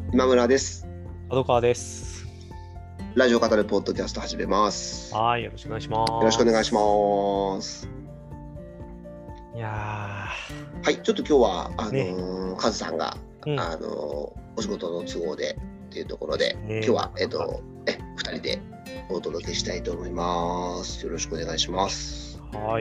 今村です。 角川です。 ラジオ語るポッドキャスト始めます。 はい、よろしくお願いします。 よろしくお願いします。 いやはい、ちょっと今日はね、 カズさんが、お仕事の都合でっていうところで、今日は2人でお届けしたいと思います。よろしくお願いします。 はい。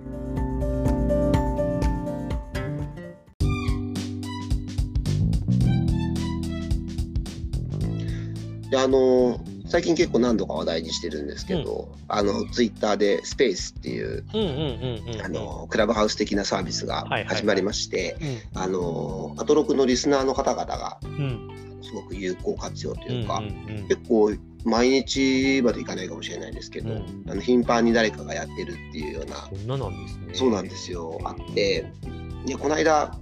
で最近結構何度か話題にしてるんですけど、ツイッターでスペースっていうクラブハウス的なサービスが始まりまして、アトロクのリスナーの方々がすごく有効活用というか、結構毎日までいかないかもしれないんですけど、頻繁に誰かがやってるっていうような、 そんななんですね。 そうなんですよ、あって、でこの間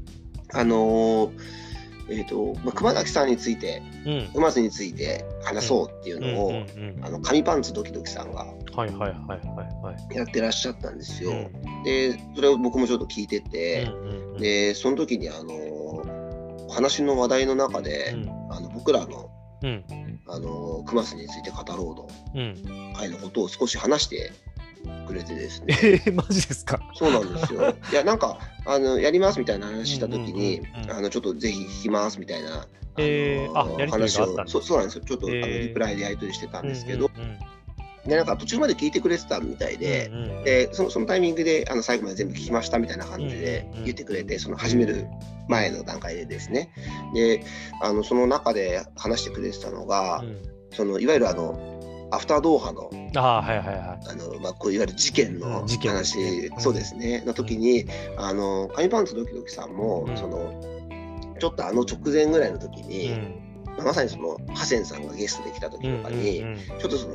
熊崎さんについて、馬津について話そうっていうのを、紙パンツドキドキさんがやってらっしゃったんですよ。でそれを僕もちょっと聞いてて、でその時に話の話題の中で、僕らの、熊津について語ろうの会のことを少し話してくれてですね。 マジですか？ そうなんですよ。いや、なんかやりますみたいな話した時に、ちょっとぜひ聞きますみたいな話を、そうなんですよ。ちょっとリプライでやり取りしてたんですけど、でなんか途中まで聞いてくれてたみたいで、でそのタイミングで最後まで全部聞きましたみたいな感じで言ってくれて、その始める前の段階でですね。でその中で話してくれてたのが、いわゆるアフタードーハのこういわゆる事件の話、そうですね、の時に紙パンツドキドキさんも、ちょっと直前ぐらいの時に、まさにハセンさんがゲストで来た時とかに、ちょっと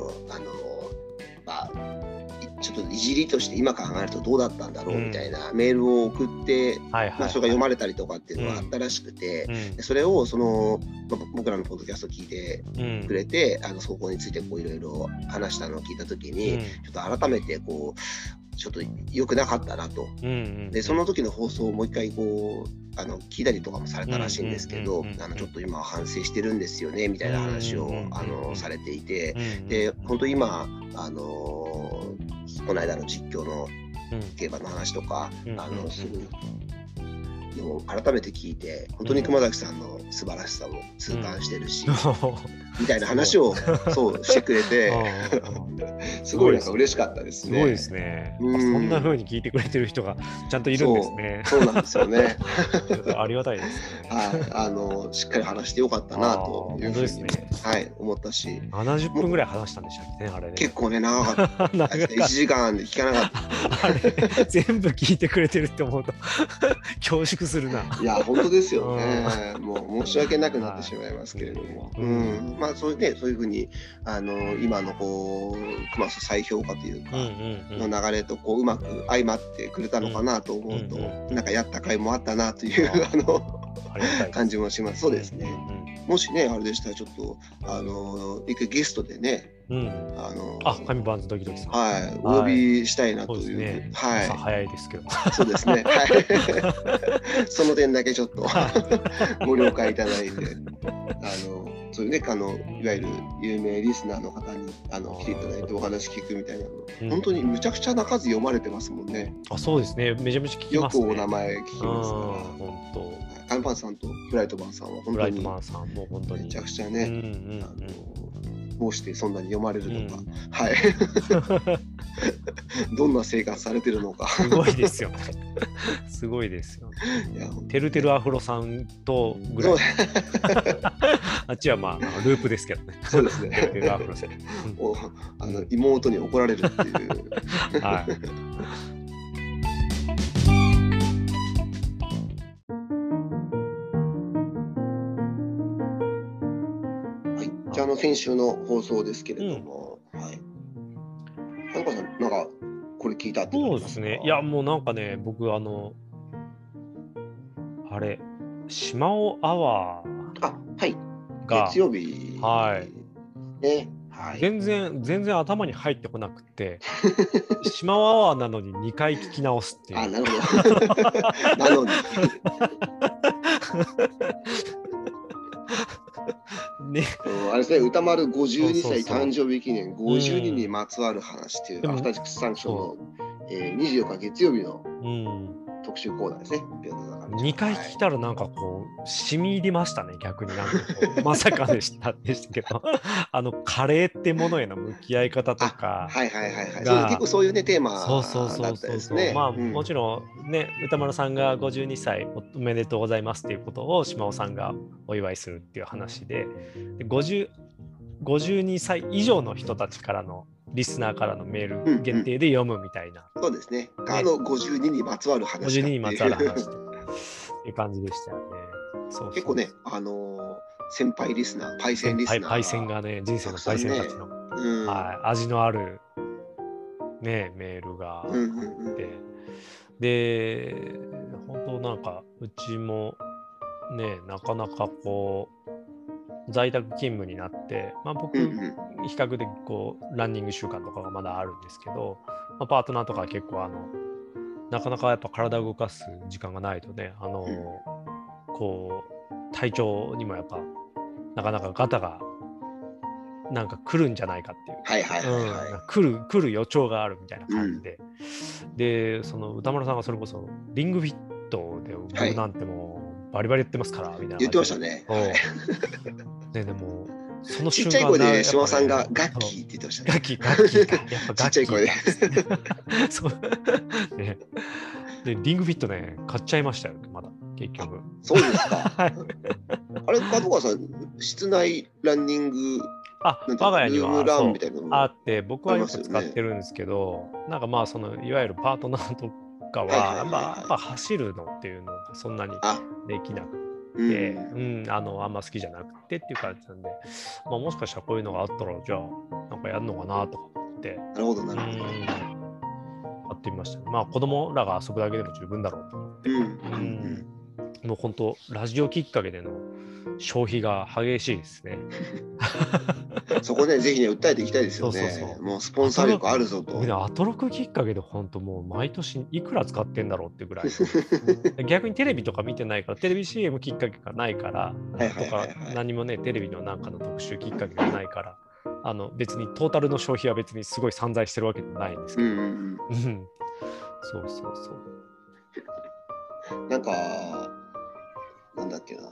ちょっといじりとして今考えるとどうだったんだろうみたいなメールを送って、それが読まれたりとかっていうのがあったらしくて、それを僕らのポッドキャストを聞いてくれて、そこについていろいろ話したのを聞いた時に、ちょっと改めてちょっと良くなかったなと。でその時の放送をもう一回聞いたりとかもされたらしいんですけど、ちょっと今は反省してるんですよねみたいな話をされていて、で本当今この間の実況の競馬の話とかするのを改めて聞いて、本当に熊崎さんの素晴らしさを痛感してるし、みたいな話をそうしてくれてすごいなんか嬉しかったですね。 すごいですね。そんな風に聞いてくれてる人がちゃんといるんですね。 そうなんですよね。 ありがたいですね。 しっかり話してよかったなというふうに思ったし、 70分ぐらい話したんでしたっけね、あれね。 結構ね長かった。1時間で聞かなかった。 あれ全部聞いてくれてるって思うと恐縮するな。 いや本当ですよね。もう申し訳なくなってしまいますけれども、まあそういうふうに今の熊須再評価というかの流れとうまく相まってくれたのかなと思うと、なんかやった甲斐もあったなという感じもします。そうですね。もしねあれでしたらちょっと一回ゲストでね、 紙パンツドキドキさん、 お呼びしたいなという、 朝早いですけど、 そうですね、その点だけちょっとご了解いただいて、そういうねいわゆる有名リスナーの方に来ていただいてお話聞くみたいなの、本当にむちゃくちゃな数読まれてますもんね。 そうですね、めちゃめちゃ聞きますね。 よくお名前聞きますから。 本当。 カンパンさんとブライトマンさんは本当にめちゃくちゃね、どうしてそんなに読まれるのか、どんな生活されてるのか、 すごいですよね。すごいですよね。てるてるアフロさんとぐらい。あっちはループですけどね。 そうですね。 てるてるアフロさん。 妹に怒られるっていう。じゃあ先週の放送ですけれども、田中さんなんかこれ聞いたってことですか？ そうですね。いやもうなんかね、僕あれ島尾アワーが月曜日ね。 全然頭に入ってこなくて島尾アワーなのに2回聞き直すっていう。 なるほど。なのにね、 あれですね、歌丸52歳誕生日記念50人にまつわる話っていう、アフターシックスジャンクションの、24日月曜日の特集コーナーですね。 2回聞いたらなんかこう染み入りましたね、逆になんかこうまさかでしたけどカレーってものへの向き合い方とか結構そういうねテーマだったですね。 まあもちろんね、歌丸さんが52歳おめでとうございますっていうことを島尾さんがお祝いするっていう話で、52歳以上の人たちからのリスナーからのメール限定で読むみたいな、 そうですね。52にまつわる話。 52にまつわる話っていう感じでしたよね。 結構ね、先輩リスナー、パイセンリスナー、 パイセンがね、人生のパイセンたちの、味のあるねメールがあって、で本当なんかうちもね、なかなかこう在宅勤務になって、僕、比較的こうランニング習慣とかがまだあるんですけど、パートナーとか結構なかなかやっぱ体を動かす時間がないとね、こう体調にもやっぱなかなかガタがなんか来るんじゃないかっていう、来る予兆があるみたいな感じで、でその歌丸さんがそれこそリングフィットで僕なんてもうバリバリ言ってますからみたいな言ってましたね。 でもそのちっちゃい声で島尾さんがガッキーって言ってましたね。 ガッキーやっぱガッキー。ちっちゃい声で。そうね。でリングフィットね買っちゃいましたよまだ結局。 そうですか。あれ門川さん室内ランニング我が家にはあって僕はよく使ってるんですけど、なんかまあそのいわゆるパートナーとかはやっぱ走るのっていうのがそんなにできなくて、あんま好きじゃなくてっていう感じなんで、もしかしたらこういうのがあったらじゃあなんかやるのかなとか思って、 なるほどなるほど、 やってみました。子供らが遊ぶだけでも十分だろうと思って、もう本当ラジオきっかけでの消費が激しいですね。 そこね、ぜひね、訴えていきたいですよね。もうスポンサー力あるぞと。 僕ね、アトロクきっかけで本当もう毎年いくら使ってんだろうってぐらい。逆にテレビとか見てないから、テレビ CM きっかけがないから、とか何もね、テレビのなんかの特集きっかけがないから、別にトータルの消費は別にすごい散在してるわけでもないんですけど。そうそうそう。 なんか、なんだっけな。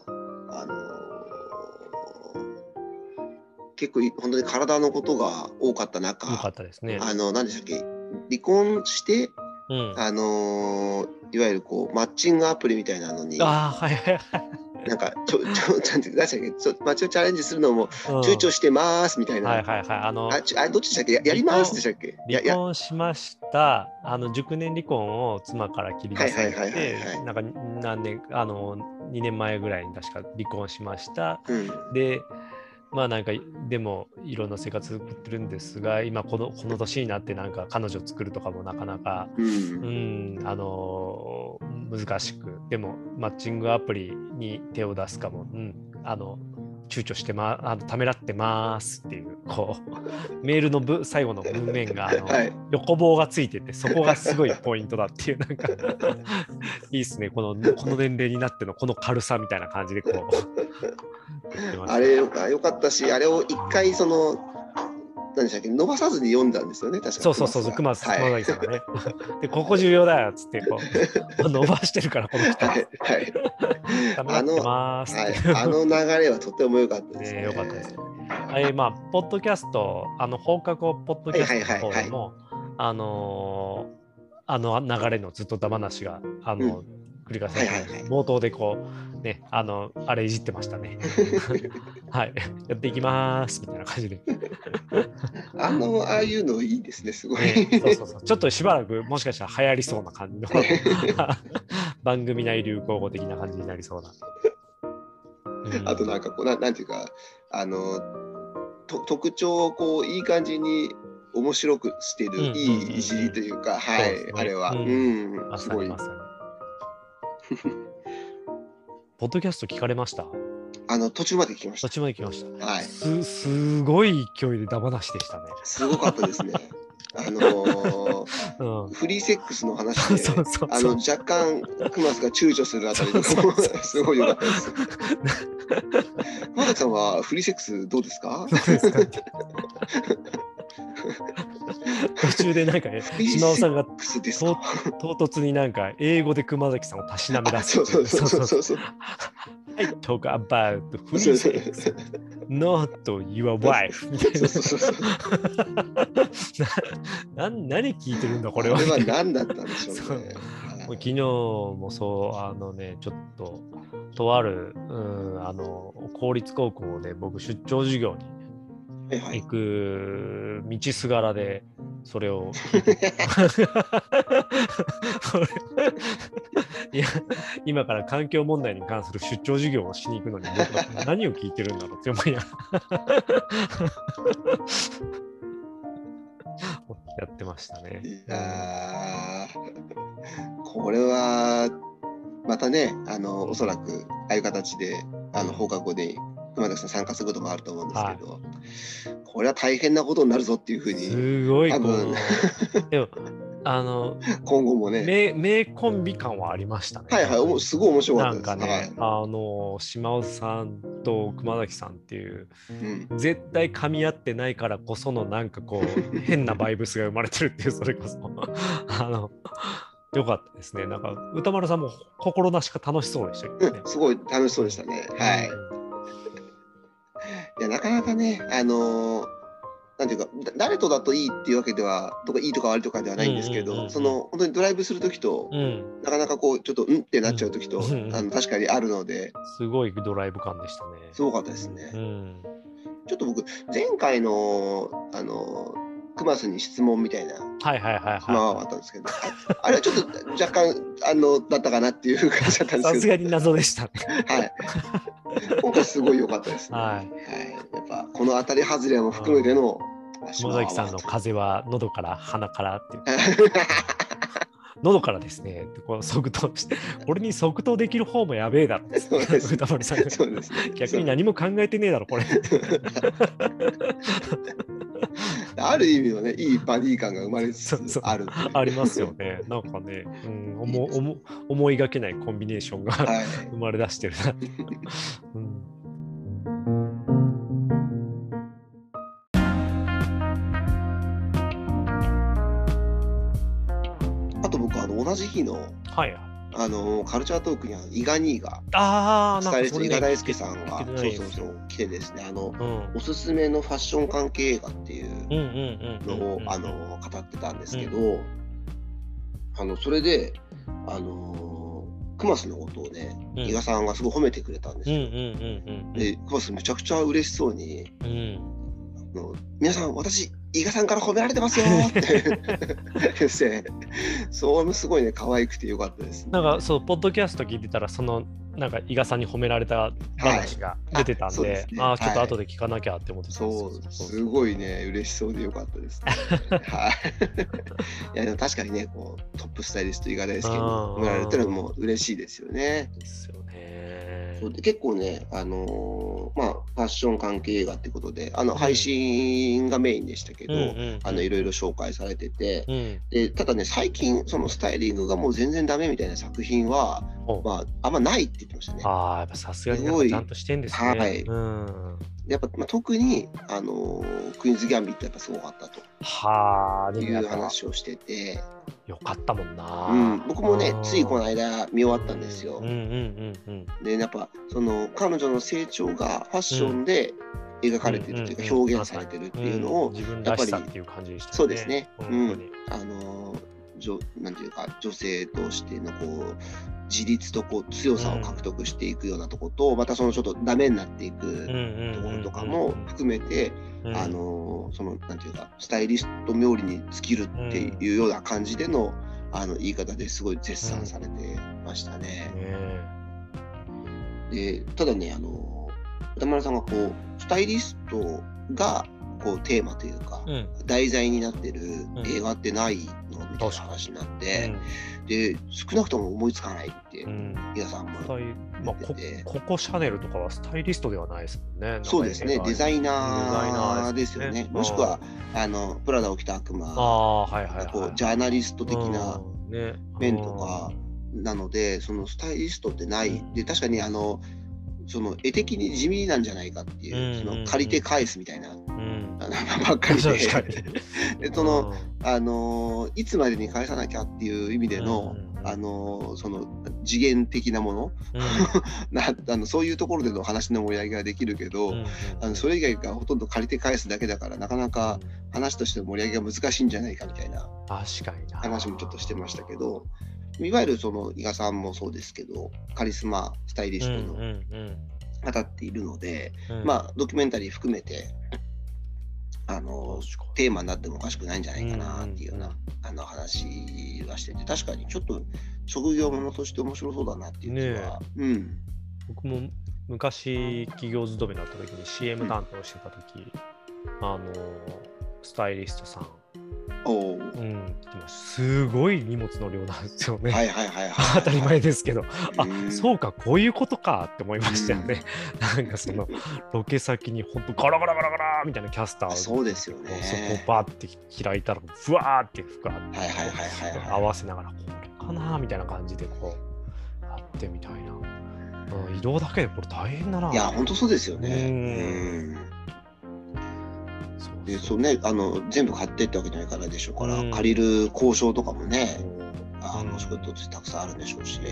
結構本当に体のことが多かった中、 多かったですね。 何でしたっけ、離婚して、いわゆるこうマッチングアプリみたいなのに、なんかなんて出したっけ、マッチをチャレンジするのも躊躇してますみたいな。どっちでしたっけ、やりますでしたっけ。 離婚しました。熟年離婚を妻から切り出されて、なんか2年前ぐらいに確か離婚しました。でなんかでもいろんな生活を送ってるんですが、今この年になってなんか彼女を作るとかもなかなか、難しく、でもマッチングアプリに手を出すかも、躊躇してためらってますっていうこうメールの最後の文面が横棒がついてて、そこがすごいポイントだっていう、なんかいいっすね、この年齢になってのこの軽さみたいな感じでこうあれよかったし、あれを一回何でしたっけ、伸ばさずに読んだんですよね、確か。 そう熊崎さんがね。で、ここ重要だよっつってこう伸ばしてるからこの人。あの流れはとても良かったですね。 良かったですね。ポッドキャスト、放課後ポッドキャストの方でも、流れのずっとだ話が繰り返されて、冒頭でこうね、あれいじってましたね。はい、やっていきますみたいな感じで。 ああいうのいいですね、すごい。 そうちょっとしばらくもしかしたら流行りそうな感じの番組内流行語的な感じになりそうな。 あとなんかこうなんていうか特徴をこういい感じに面白くしてる、いいいじりというか、あれは、すごい。 ポッドキャスト聞かれました？ 途中まで聞きました。 途中まで聞きました。 はい。 すごい勢いでダマなしでしたね。 すごかったですね。 フリーセックスの話で若干クマスが躊躇するあたりとかもすごい良かったです。熊崎さんはフリーセックスどうですか？ 途中でなんか島尾さんが唐突になんか英語で熊崎さんをたしなめ出す。はい、talk about free sex, not your wife みたいな。何聞いてるんだこれは。 これは何だったんでしょうね。 昨日もそうちょっととある公立高校で僕出張授業に行く道すがらでそれをいや今から環境問題に関する出張授業をしに行くのに僕は何を聞いてるんだろうって思いながらやってましたね。 いやこれはまたねおそらくああいう形で放課後で熊崎さん参加することもあると思うんですけど、これは大変なことになるぞっていうふうにすごい多分でも今後もね名コンビ感はありましたね。 すごい面白かったです。 なんかね、島尾さんと熊崎さんっていう、絶対噛み合ってないからこそのなんかこう変なバイブスが生まれてるっていうそれこそよかったですね。なんか歌丸さんも心なしか楽しそうでしたけどね。 すごい楽しそうでしたね。はい。いやなかなかねなんていうか誰とだといいっていうわけではいいとか悪いとかではないんですけど、本当にドライブするときと、なかなかこうちょっとってなっちゃうときと、確かにあるので、 すごいドライブ感でしたね。 すごかったですね。ちょっと僕前回のクマスに質問みたいなコマはあったんですけど、あれはちょっと若干だったかなっていう感じだったんですけど、 さすがに謎でしたね。 はい。今回すごい良かったですね。やっぱこの当たり外れも含めての島崎さんの風は喉から鼻からっていう喉からですねってこう即答して、俺に即答できる方もやべえだろ歌丸さんが逆に何も考えてねえだろこれある意味のねいいバディ感が生まれつつあるありますよね。なんかね、思いがけないコンビネーションが生まれ出してるな、 あと僕同じ日のカルチャートークに伊賀兄がスタイリスト伊賀大輔さんが来てですねおすすめのファッション関係映画っていうのを語ってたんですけど、それでクマスのことをね伊賀さんがすごい褒めてくれたんですよ。でクマスめちゃくちゃ嬉しそうに皆さん私伊賀さんから褒められてますよって言ってそれもすごいね可愛くてよかったです、ね、 なんかそうポッドキャスト聞いてたらなんか伊賀さんに褒められた話が出てたんで、ちょっと後で聞かなきゃって思ってたんですすごいね嬉しそうでよかったですね。いやでも確かにねこうトップスタイリスト伊賀大輔に褒められるってのも嬉しいですよね。 ですよね。 そうで結構ねファッション関係映画ってことで配信がメインでしたけど、いろいろ紹介されてて、でただね最近そのスタイリングがもう全然ダメみたいな作品はあんまないって言ってましたね。 やっぱさすがにちゃんとしてんですね。 やっぱ特にクイーンズ・ギャンビットやっぱすごかったという話をしてて。 よかったもんな、 僕もねついこの間見終わったんですよ。でやっぱその彼女の成長がファッションで描かれてるというか表現されてるっていうのをやっぱりそうですね。なんていうか女性としてのこう自立とこう強さを獲得していくようなところと、またそのちょっとダメになっていくところとかも含めてそのなんていうかスタイリスト冥利に尽きるっていうような感じでの言い方ですごい絶賛されてましたね。でただね歌丸さんがこうスタイリストがここうテーマというか、題材になってる映画ってないのみたいな話になって、で少なくとも思いつかないって伊賀さんも言ってて、ココシャネルとかはスタイリストではないですもんね。 そうですね、デザイナーですよね。もしくはプラダを着た悪魔、ジャーナリスト的な面とかなので、そのスタイリストってないで、確かにその絵的に地味なんじゃないかっていう、その借りて返すみたいな、ばっかりでで、そのいつまでに返さなきゃっていう意味での、その次元的なもの、そういうところでの話の盛り上げができるけど、それ以外がほとんど借りて返すだけだから、なかなか話としての盛り上げが難しいんじゃないかみたいな話もちょっとしてましたけど、いわゆるその伊賀さんもそうですけど、カリスマスタイリストの方っているので、まあドキュメンタリー含めてテーマになってもおかしくないんじゃないかなっていうような話はしてて、確かにちょっと職業ものとして面白そうだなっていう気は、 僕も昔企業勤めだった時に CM 担当してた時、スタイリストさんすごい荷物の量なんですよね。当たり前ですけど、そうか、こういうことかって思いましたよね。なんかそのロケ先に本当ガラガラガラガラみたいなキャスターを、 そうですよね。 そこバーって開いたらふわーって服が合わせながら、これかなみたいな感じでこうやってみたいな。移動だけでこれ大変だな。 いや本当そうですよね。でそうね、全部買ってってわけじゃないからでしょうから、借りる交渉とかもね、仕事ってたくさんあるんでしょうし、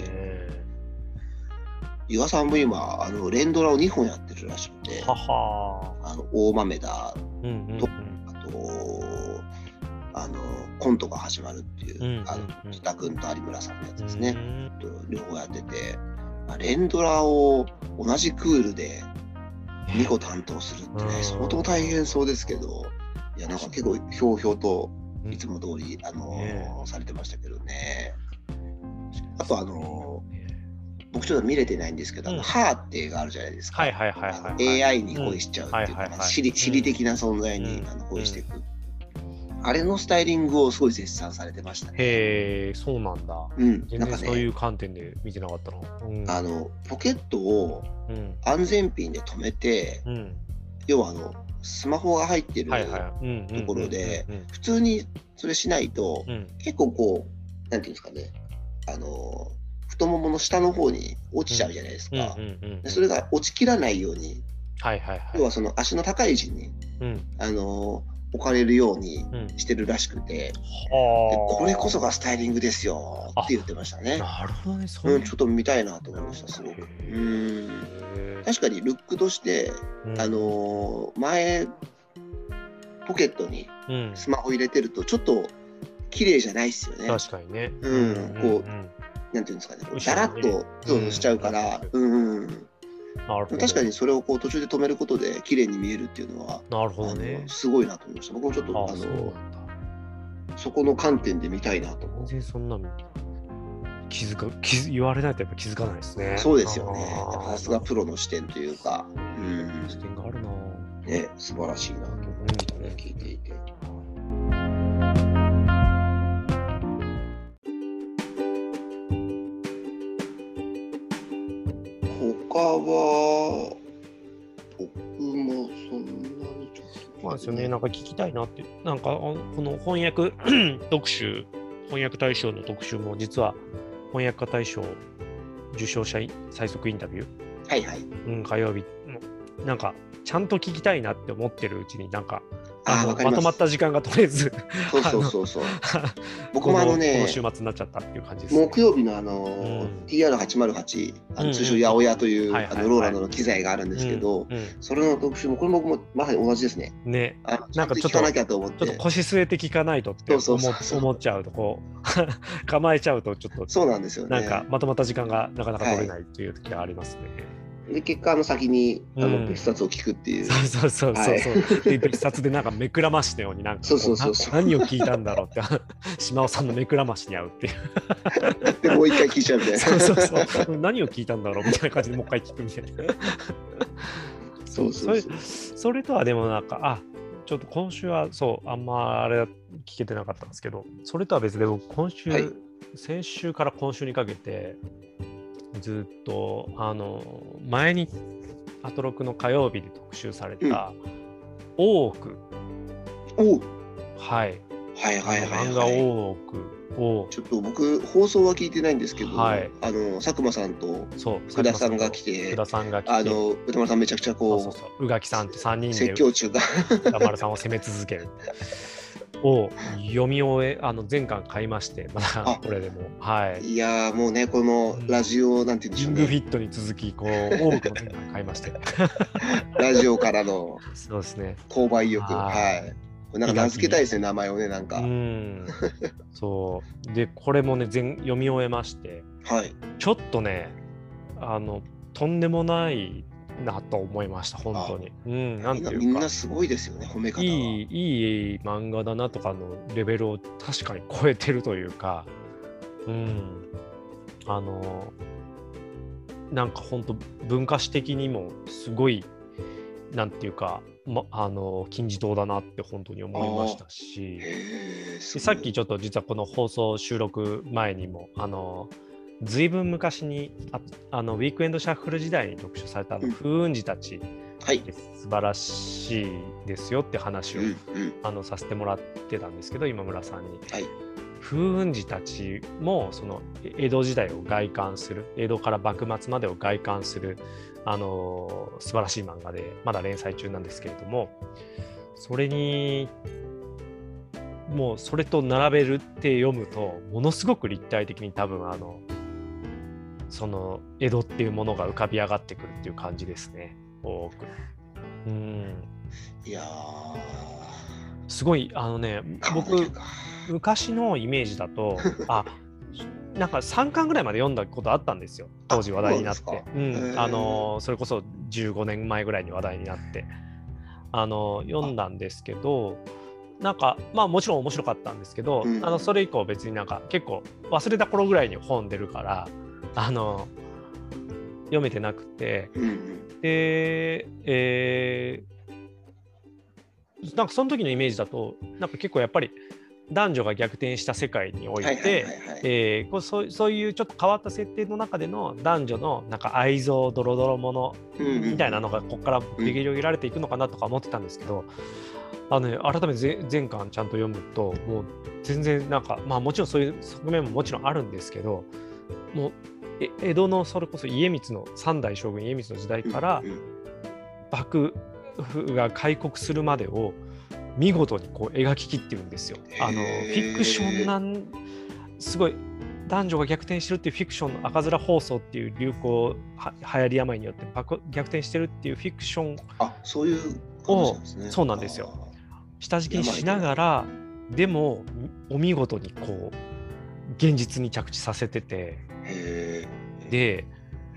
伊賀さんも今連ドラを2本やってるらしくて、大豆田と、あとコントが始まるっていう木田君と有村さんのやつですね、両方やってて、連ドラを同じクールで2個担当するってね、相当大変そうですけど、いやなんか結構ひょうひょうといつも通りされてましたけどね。あと僕ちょっと見れてないんですけど、ハーって映画あるじゃないですか。AI に恋しちゃうっていうか、心理的な存在に恋していく。あれのスタイリングをすごい絶賛されてましたね。 へー、そうなんだ。全然そういう観点で見てなかったの。 ポケットを安全ピンで止めて、要はスマホが入ってるところで、普通にそれしないと、結構こうなんていうんですかね、太ももの下の方に落ちちゃうじゃないですか。それが落ちきらないように、要はその足の高い位置に置かれるようにしてるらしくて、これこそがスタイリングですよって言ってましたね。 なるほどね。 ちょっと見たいなと思いました、すごく。確かにルックとして、前ポケットにスマホ入れてるとちょっと綺麗じゃないですよね。 確かにね。 こうなんていうんですかね、だらっとしちゃうから。確かにそれをこう途中で止めることで綺麗に見えるっていうのは、 なるほどね、 すごいなと思いました。僕もちょっとそこの観点で見たいなと思う。 全然そんな言われないとやっぱ気づかないですね。 そうですよね。さすがプロの視点というか、 視点があるな。 ね、素晴らしいなと思って聞いていて。他は僕もそんなにちょっと。 そうなんですよね。なんか聞きたいなって、なんかこの翻訳特集、翻訳大賞の特集も実は翻訳家大賞受賞者最速インタビュー、火曜日のなんかちゃんと聞きたいなって思ってるうちになんかまとまった時間が取れず、 そう僕もこの週末になっちゃったっていう感じです、 ね。木曜日のTR808、通称八百屋というローランドの機材があるんですけど、それの特集もこれも僕もまさに同じですね。 なんかちょっと腰据えて聞かないとって思っちゃうとこう構えちゃうとちょっとそうなんですよね。 なんかまとまった時間がなかなか取れないっていう時がありますね。 で結果先に別冊を聞くっていう、 そうで別冊でなんか目くらましのようになんか何を聞いたんだろうって島尾さんの目くらましに合うっていうでもう一回聞いちゃうみたいなそう何を聞いたんだろうみたいな感じでもう一回聞くみたいなそれとはでもなんかちょっと今週はそうあんまあれ聞けてなかったんですけど、それとは別で僕今週、はい、先週から今週にかけてずっと前にアトロクの火曜日で特集された大奥、はいはいはいはい、漫画大奥をちょっと僕放送は聞いてないんですけど、はい、佐久間さんと福田さんが来て、歌丸さんめちゃくちゃこう宇垣さんと3人で説教中が歌丸さんを攻め続けるを読み終え全巻買いまして、まだこれでも、はい、 いやもうねこのラジオなんて言うんでしょうね、 リングフィットに続きこう多くの全巻買いましてラジオからのそうですね購買意欲、はいなんか名付けたいですね名前をねなんかそうでこれもね読み終えまして、はい、ちょっとねとんでもないなと思いました本当に。なんていうかみんなすごいですよね褒め方は。 いい漫画だなとかのレベルを確かに超えてるというか、なんか本当文化史的にもすごいなんていうか、金字塔だなって本当に思いましたし、さっきちょっと実はこの放送収録前にもずいぶん昔にウィークエンドシャッフル時代に特集された風雲児たち、はい、素晴らしいですよって話を、させてもらってたんですけど今村さんに、はい、風雲児たちもその江戸時代を概観する江戸から幕末までを概観する素晴らしい漫画でまだ連載中なんですけれども、それにもうそれと並べるって読むとものすごく立体的に多分その江戸っていうものが浮かび上がってくるっていう感じですね。多くいやすごい僕昔のイメージだとなんか3巻ぐらいまで読んだことあったんですよ当時話題になって、それこそ15年前ぐらいに話題になって読んだんですけど、なんかもちろん面白かったんですけど、それ以降別になんか結構忘れた頃ぐらいに本出るから読めてなくて、でなんかその時のイメージだとなんか結構やっぱり男女が逆転した世界においてそういうちょっと変わった設定の中での男女のなんか愛憎ドロドロものみたいなのがここから繰り広げられていくのかなとか思ってたんですけど、改めて前巻ちゃんと読むともう全然なんかもちろんそういう側面ももちろんあるんですけど、もう江戸のそれこそ家光の三代将軍家光の時代から幕府が開国するまでを見事にこう描ききってるんですよ。フィクションすごい男女が逆転してるっていうフィクションの赤面放送っていう流行流行り病によって逆転してるっていうフィクションそういうをそうなんですよ。下敷きにしながらでもお見事にこう現実に着地させてて、で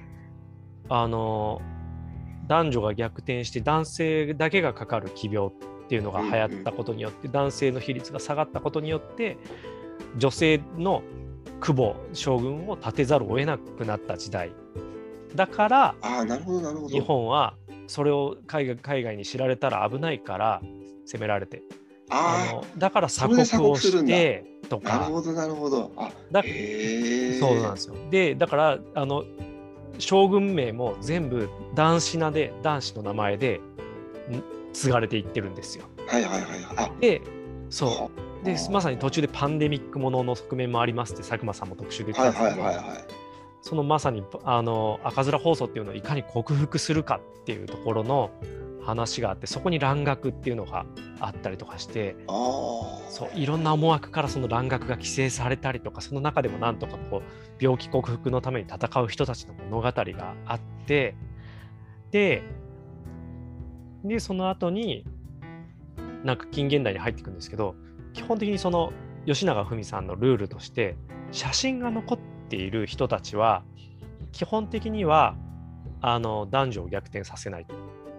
男女が逆転して男性だけがかかる奇病っていうのが流行ったことによって、男性の比率が下がったことによって女性の久保将軍を立てざるを得なくなった時代だから、日本はそれを海外に知られたら危ないから攻められて、だから鎖国をしてとか。 なるほどなるほど。 そうなんですよ。でだから将軍名も全部男子名で男子の名前で継がれていってるんですよ。でそうでまさに途中でパンデミックものの側面もありますって佐久間さんも特集で言ってたんですけど、そのまさに赤面放送っていうのをいかに克服するかっていうところの話があって、そこに蘭学っていうのがあったりとかして、そういろんな思惑からその蘭学が規制されたりとか、その中でもなんとかこう病気克服のために戦う人たちの物語があって、でその後になんか近現代に入っていくんですけど、基本的にその吉永文さんのルールとして写真が残っている人たちは基本的には男女を逆転させないと。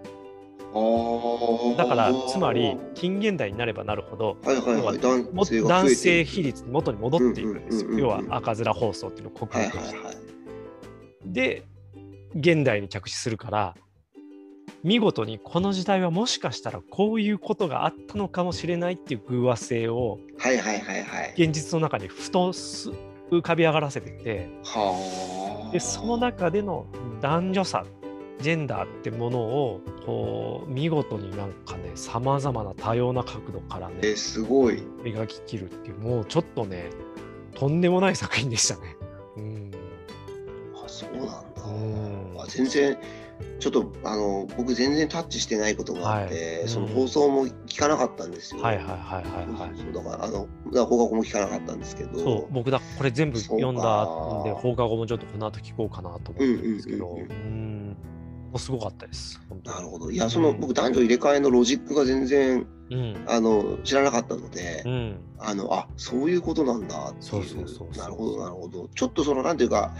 だからつまり近現代になればなるほど男性比率に元に戻っていくんですよ。要は赤面放送っていうのを克服して、で現代に着地するから見事にこの時代はもしかしたらこういうことがあったのかもしれないっていう偶話性を現実の中にふと浮かび上がらせてて、でその中での男女差、ジェンダーってものをこう見事になんかね、さまざまな多様な角度からね、 すごい描ききるっていう、もうちょっとねとんでもない作品でしたね。 そうなんだ。全然ちょっと僕全然タッチしてないことがあって、その放送も聞かなかったんですよ。だから放課後も聞かなかったんですけど。 そう、僕これ全部読んだんで、放課後もちょっとこの後聞こうかなと思ってるんですけど、もうすごかったです。 なるほど。いや、僕男女入れ替えのロジックが全然知らなかったので、そういうことなんだっていう。なるほどなるほど。ちょっとなんていうか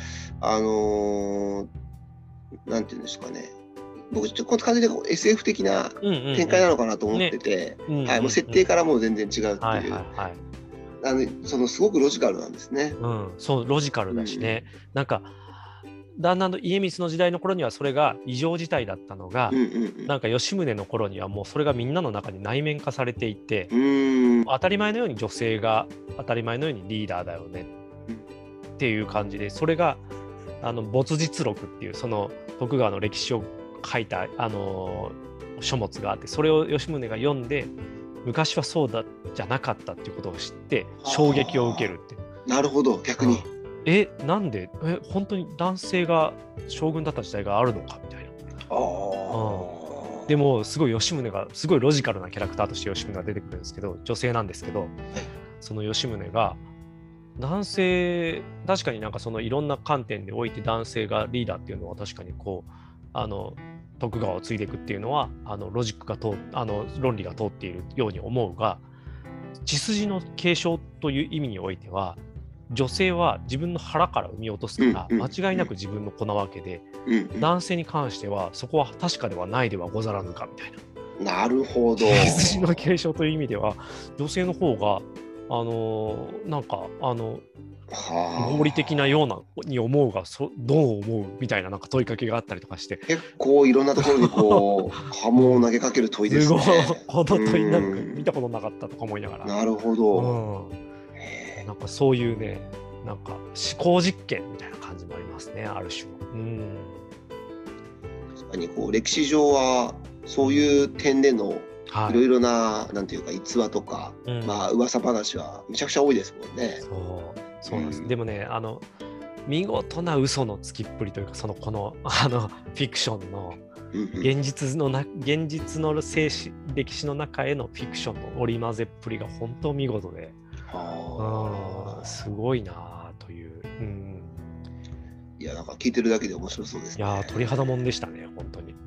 なんていうんですかね、僕ちょっと完全にSF 的な展開なのかなと思ってて、もう設定からもう全然違うっていう、すごくロジカルなんですね。 そう、ロジカルだしね、なんか旦那の家光の時代の頃にはそれが異常事態だったのが、なんか吉宗の頃にはもうそれがみんなの中に内面化されていて、当たり前のように女性が当たり前のようにリーダーだよねっていう感じで、それが没実録っていうその徳川の歴史を書いた書物があって、それを吉宗が読んで、昔はそうじゃなかったっていうことを知って衝撃を受けるって。 なるほど、逆に。 なんで本当に男性が将軍だった時代があるのかみたいな。でもすごい吉宗がすごいロジカルなキャラクターとして吉宗が出てくるんですけど、女性なんですけど、その吉宗が男性、確かになんかいろんな観点でおいて男性がリーダーっていうのは確かにこう徳川を継いでいくっていうのはロジックが論理が通っているように思うが、血筋の継承という意味においては女性は自分の腹から産み落とすから間違いなく自分の子なわけで、男性に関してはそこは確かではないではござらぬかみたいな。 なるほど。 血筋の継承という意味では女性の方がなんか合理的なようなに思うがどう思うみたいな、なんか問いかけがあったりとかして、 結構いろんなところにこう波紋を投げかける問いですね。 この問いなんか見たことなかったとか思いながら。 なるほど。 なんかそういうね、なんか思考実験みたいな感じもありますね、ある種の。 確かにこう歴史上はそういう点でのいろいろな、なんていうか逸話とか、噂話はめちゃくちゃ多いですもんね。 そうなんです。でもね、見事な嘘のつきっぷりというか、このフィクションの現実の歴史の中へのフィクションの織り交ぜっぷりが本当見事で、すごいなという。 いや、なんか聞いてるだけで面白そうですね。 いや、鳥肌もんでしたね、本当に。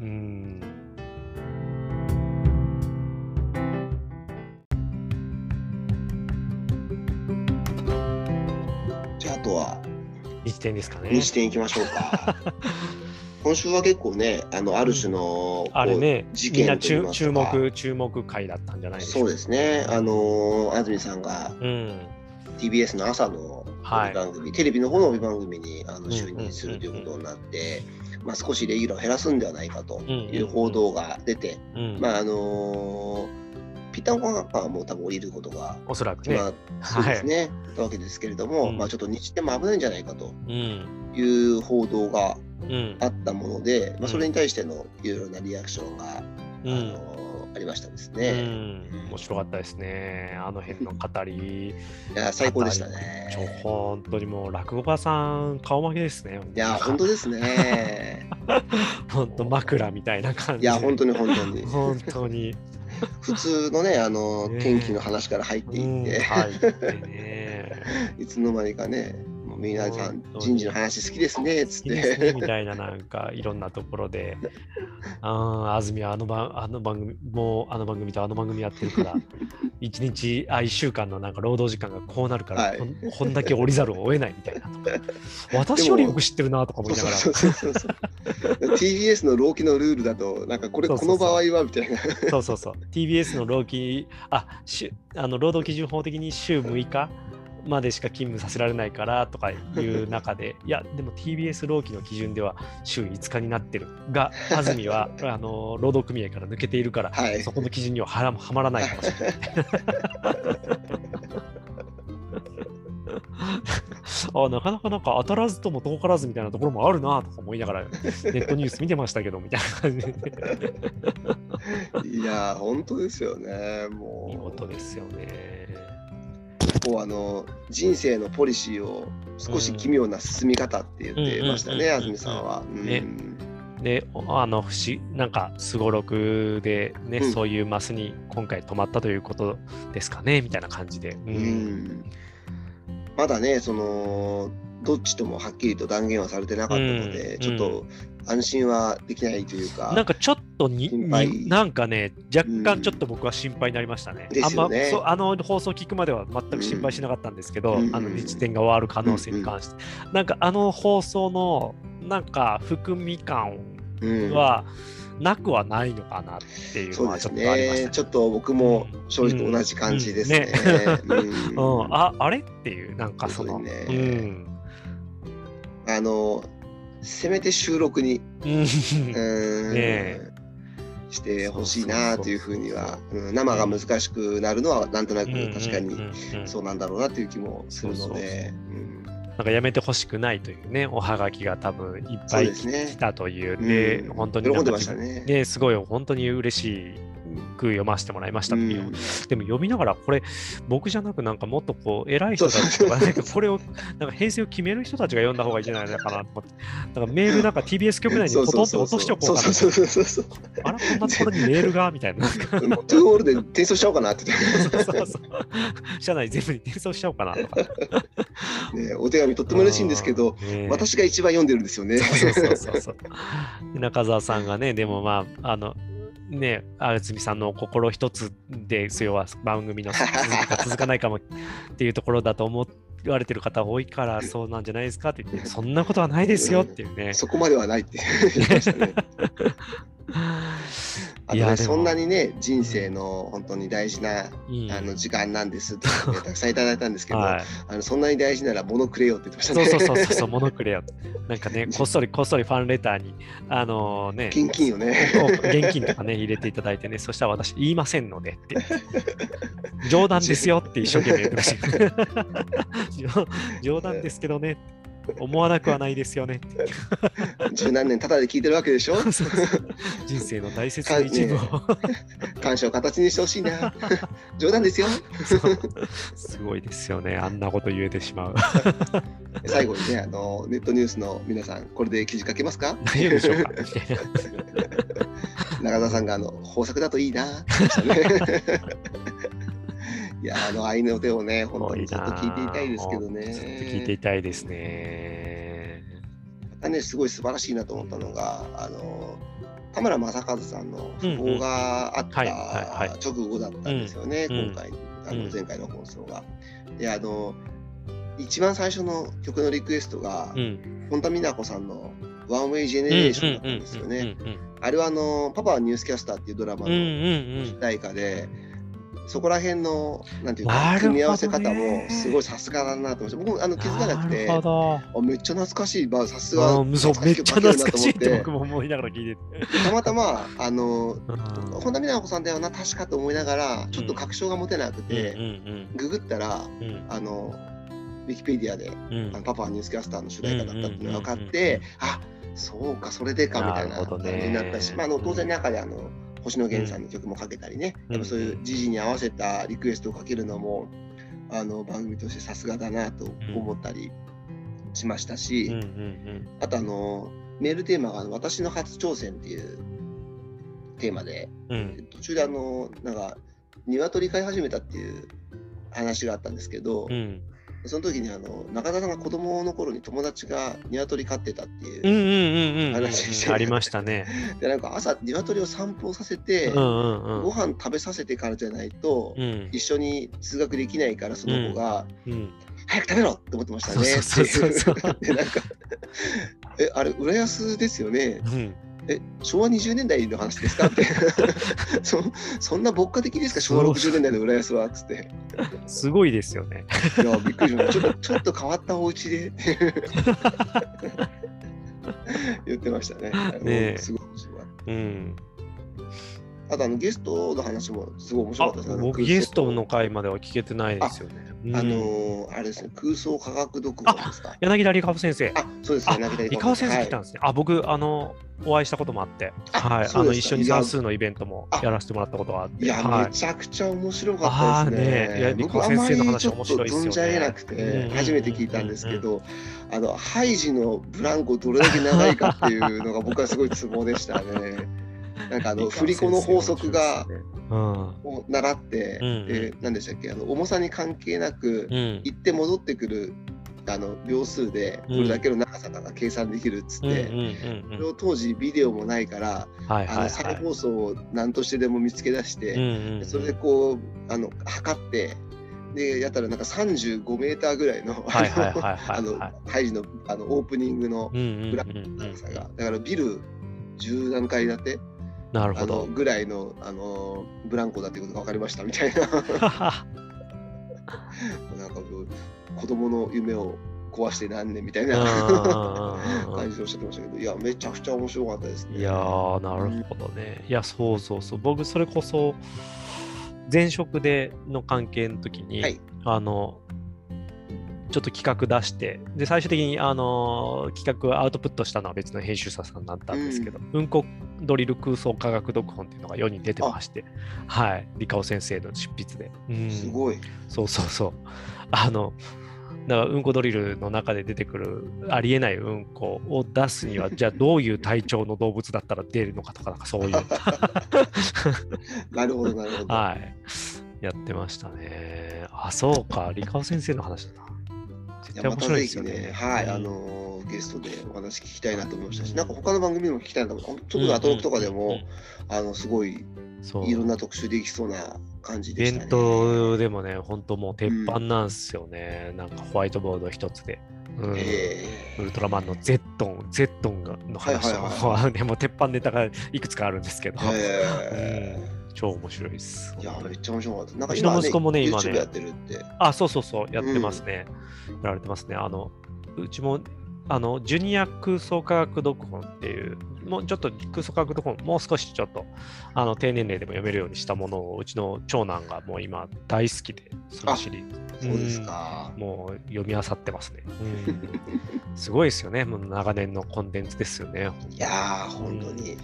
じゃあ、あとは日展ですかね。 日展いきましょうか。今週は結構ね、ある種の事件といいますか、 みんな注目回だったんじゃないですか。 そうですね。安住さんが TBS の朝の番組、テレビの方の帯番組に就任するということになって、少しレギュラーを減らすんではないかという報道が出て、ピッタンコンはもう多分降りることがおそらくね、 そうですね、たわけですけれども、ちょっと日展も危ないんじゃないかという報道があったもので、それに対してのいろいろなリアクションがありましたですね。 面白かったですね、あの辺の語り。 いや、最高でしたね。 本当にもう落語家さん顔負けですね。 いや、本当ですね。 本当枕みたいな感じで。 いや、本当に本当に普通のね、天気の話から入っていって、いつの間にかね、もう皆さん人事の話好きですねっつってみたいな、なんかいろんなところで、安住はあの番組とあの番組やってるから1週間のなんか労働時間がこうなるから、こんだけ降りざるを得ないみたいなとか、私よりよく知ってるなとか思いながら。 TBS の労基のルールだとなんかこの場合はみたいな。 TBS の労基労働基準法的に週6日までしか勤務させられないからとかいう中でいやでも TBS 労基の基準では週5日になってるが安住は労働組合から抜けているから、はい、そこの基準にははまらないかもしれないなかなか当たらずとも遠からずみたいなところもあるなとか思いながらネットニュース見てましたけどみたいな感じでいや本当ですよね。もう見事ですよね。 こう人生のポリシーを少し奇妙な進み方って言ってましたね、安住さんは。 でなんかすごろくでね、そういうマスに今回止まったということですかねみたいな感じで。 まだねどっちともはっきりと断言はされてなかったので、ちょっと安心はできないというか、 なんかちょっとなんかね若干ちょっと僕は心配になりましたね。 ですよね。 放送聞くまでは全く心配しなかったんですけど、日展が終わる可能性に関して、なんか放送のなんか含み感はなくはないのかなっていうのはちょっとありましたね。 ちょっと僕も正直同じ感じですね。 あれっていうなんかそのせめて収録にしてほしいなというふうには、生が難しくなるのはなんとなく確かにそうなんだろうなという気もするので、 なんかやめてほしくないというねおはがきが多分いっぱい来たというで、本当に喜んでましたね。 すごい本当に嬉しく読ませてもらいましたけど、でも読みながらこれ僕じゃなくなんかもっとこう偉い人たちとかねこれをなんか編成を決める人たちが読んだ方がいいんじゃないのかなと思って、なんかメールなんか TBS 局内にポトンと落としておこうかな。あらこんなところにメールがみたいな。トゥーホールで転送しちゃおうかなって。 社内全部に転送しちゃおうかなとか。 お手紙とっても嬉しいんですけど、私が一番読んでるんですよね。 中澤さんがね、でもまあ安住さんの心一つで要は番組の続かないかもっていうところだと思われてる方多いからそうなんじゃないですかって言って、そんなことはないですよっていうね。 そこまではないって言いましたね。そんなにね人生の本当に大事な時間なんですってたくさんいただいたんですけど、そんなに大事なら物くれよって言ってましたね。 そう物くれよなんかねこっそりファンレターに現金をね現金とかね入れていただいてね、そしたら私言いませんのでって冗談ですよって一生懸命言ってました冗談ですけどね思わなくはないですよね。 十何年ただで聞いてるわけでしょ。 人生の大切な一部を感謝を形にしてほしいな。冗談ですよ。 すごいですよね、あんなこと言えてしまう。 最後にねネットニュースの皆さんこれで記事書けますか。 大丈夫でしょうか。 中澤さんが豊作だといいな。いや愛の手をね本当にずっと聞いていたいですけどね。 ずっと聞いていたいですね。 またねすごい素晴らしいなと思ったのが田村正和さんの訃報があった直後だったんですよね、今回前回の放送が。で一番最初の曲のリクエストが本田美奈子さんのワンウェイジェネレーションだったんですよね。あれはパパはニュースキャスターっていうドラマの主題歌で、そこら辺のなんていうか組み合わせ方もすごいさすがだなと思って、僕も気づかなくてめっちゃ懐かしい、さすがめっちゃ懐かしいって僕も思いながら聞いてて、 たまたま本田美奈子さんだよな確かと思いながらちょっと確証が持てなくてググったらウィキペディアでパパはニュースキャスターの主題歌だったっていうのが分かって、あそうかそれでかみたいな感じになったし、当然中で星野源さんの曲もかけたりね、やっぱそういう時事に合わせたリクエストをかけるのも番組としてさすがだなと思ったりしましたし、あとメールテーマが私の初挑戦っていうテーマで、途中でなんか鶏飼い始めたっていう話があったんですけど、その時に中田さんが子供の頃に友達が鶏飼ってたっていう話してありましたね。 でなんか朝鶏を散歩させて、ご飯食べさせてからじゃないと、一緒に通学できないからその子が、早く食べろって思ってましたね。でなんかあれ浦安ですよね。 昭和20年代の話ですかってそんな牧歌的ですか昭和60年代の浦安はっつってすごいですよね。 いやびっくりしました。ちょっと変わったお家で言ってましたね。 ねすごい面白かった。 うん。 あとゲストの話もすごい面白かったですね。 僕ゲストの回までは聞けてないですよね。 あれですね、空想科学読本ですか。 柳田理香先生。 そうです、柳田理香先生来たんですね。僕お会いしたこともあって、一緒に算数のイベントもやらせてもらったことがあって、 いや、めちゃくちゃ面白かったですね。 僕あまりちょっと存じ上げなくて初めて聞いたんですけど、ハイジのブランコどれだけ長いかっていうのが僕はすごいツボでしたね。なんか振り子の法則がを習って、で何でしたっけ、重さに関係なく行って戻ってくる秒数でこれだけの長さが計算できるっつって、それを当時ビデオもないから再放送を何としてでも見つけ出して、それでこう測ってでやったらなんか35メーターぐらいのハイジのオープニングのブランコの長さがだからビル10何階建てなるほどぐらいのブランコだっていうことが分かりましたみたいななんか子供の夢を壊して何年みたいな感じでおっしゃってましたけど、いやめちゃくちゃ面白かったですね。 いやーなるほどね。いやそう僕それこそ前職での関係の時に、ちょっと企画出してで最終的に企画アウトプットしたのは別の編集者さんだったんですけど、うんこドリル空想科学読本っていうのが世に出てまして、理香先生の執筆で、 すごい。 そうだからうんこドリルの中で出てくるありえないうんこを出すにはじゃあどういう体調の動物だったら出るのかとかなんかそういうなるほどなるほど。 やってましたね。そうか理香先生の話だな。 いやまたぜひね、ゲストでお話聞きたいなと思いましたし、なんか他の番組でも聞きたいなと思って、特にアトロクとかでも、すごいいろんな特集できそうな感じでしたね。 イベントでもね、本当もう鉄板なんですよね。なんかホワイトボード一つで。ウルトラマンのゼットンの話とかでも鉄板ネタがいくつかあるんですけど、超面白いです。 いやめっちゃ面白かった。なんか今、息子もね今ねやってるって。 そうやってますね。やられてますね。うちもジュニア空想科学読本っていうもうちょっと空想科学読本もう少しちょっと低年齢でも読めるようにしたものをうちの長男がもう今大好きでそのシリーズそうですか。 もう読み漁ってますね。すごいですよね。もう長年のコンテンツですよね。 いやー本当に。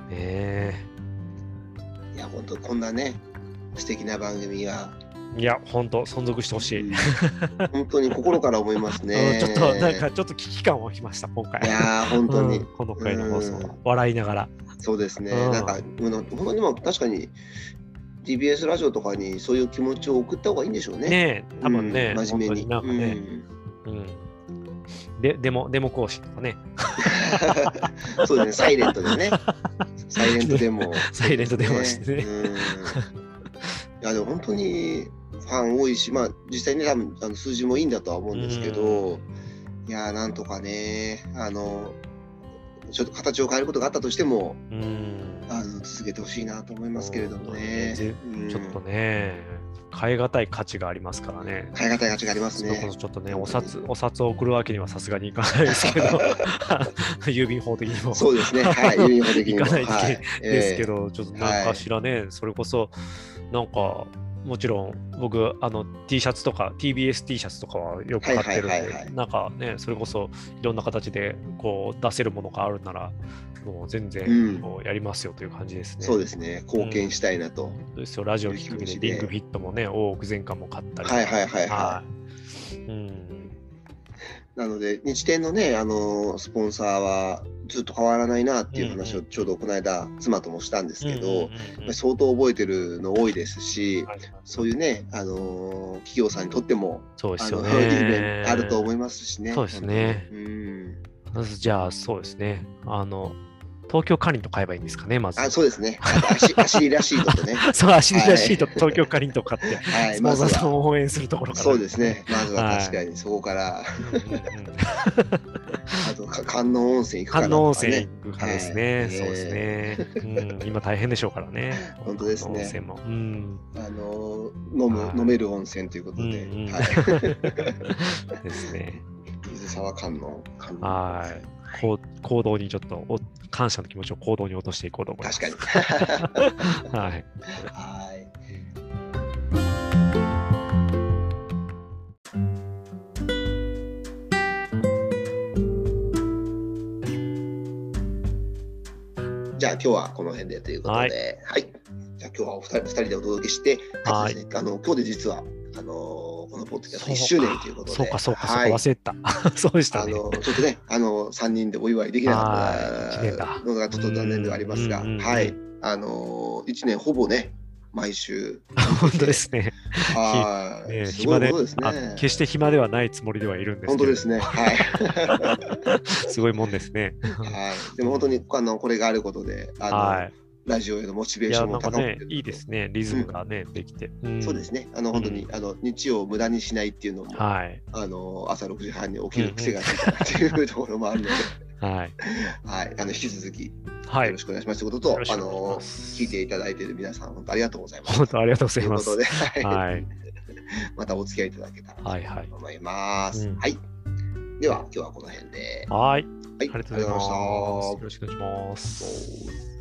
いや本当こんなね素敵な番組が。 いや本当存続してほしい。 本当に心から思いますね。 ちょっと危機感をきました今回。 いや本当に、 この回の放送は笑いながら。 そうですね。なんか本当にも確かに TBS ラジオとかにそういう気持ちを送った方がいいんでしょうね。 ね多分ね、 真面目に。 なんかね。でも講師とかね。 そうですね。サイレントでね。サイレントデモしてね。 いやでも本当にファン多いし、実際に多分数字もいいんだとは思うんですけど、いやなんとかねちょっと形を変えることがあったとしても続けてほしいなと思いますけれどもね。 ちょっとね変え難い価値がありますからね。 変え難い価値がありますね。 それこそちょっとねお札を送るわけにはさすがにいかないですけど郵便法的にもそうですね。郵便法的にもいかないですけど、ちょっとなんかしらね、それこそなんかもちろん僕T シャツとか TBS T シャツとかはよく買ってるんで、なんかねそれこそいろんな形でこう出せるものがあるならもう全然やりますよという感じですね。 そうですね。貢献したいなと。 ですよ。ラジオきっかけでリングフィットもね大奥前科も買ったり。 なので日天のねスポンサーはずっと変わらないなっていう話をちょうどこの間妻ともしたんですけど、相当覚えてるの多いですし、そういうね企業さんにとってもそうですよね。 いい面あると思いますしね。 そうですね。まずじゃあそうですね東京カリンと買えばいいんですかね、まず。 そうですね。足リラシートとね。 そう、足リラシートと東京カリンと買って、スポンサーさんを応援するところから。 そうですね。まずは確かにそこから。あと、 観音温泉行くから、ね、 観音温泉行くからですね、はい、そうですね、今大変でしょうからね。 本当ですね。 温泉も、 飲める温泉ということで、 ですね。 水沢観音。 はい。行動にちょっと感謝の気持ちを行動に落としていこうと思います。 確かに。はい。 じゃあ今日はこの辺でということで、はい。じゃあ今日は2人でお届けして、かつですね、今日で実はこのポッドキャスト1周年ということで、 そうか忘れた。そうでしたね。 ちょっとね3人でお祝いできなかったのがちょっと残念ではありますが、はい。1年ほぼね毎週本当ですね。 暇で決して暇ではないつもりではいるんですけど。 本当ですね。はい。 すごいもんですね。 はい。でも本当にこれがあることでラジオへのモチベーションも高まってる。 いいですね。リズムがねできて。 そうですね。本当に日曜を無駄にしないっていうのも朝6時半に起きる癖がついたっていうところもあるので。はい。引き続きよろしくお願いしますということと、聞いていただいている皆さん本当ありがとうございます。 本当ありがとうございます。 ということで、はい。またお付き合いいただけたらと思います。はい。では今日はこの辺で。 はい。ありがとうございました。よろしくお願いします。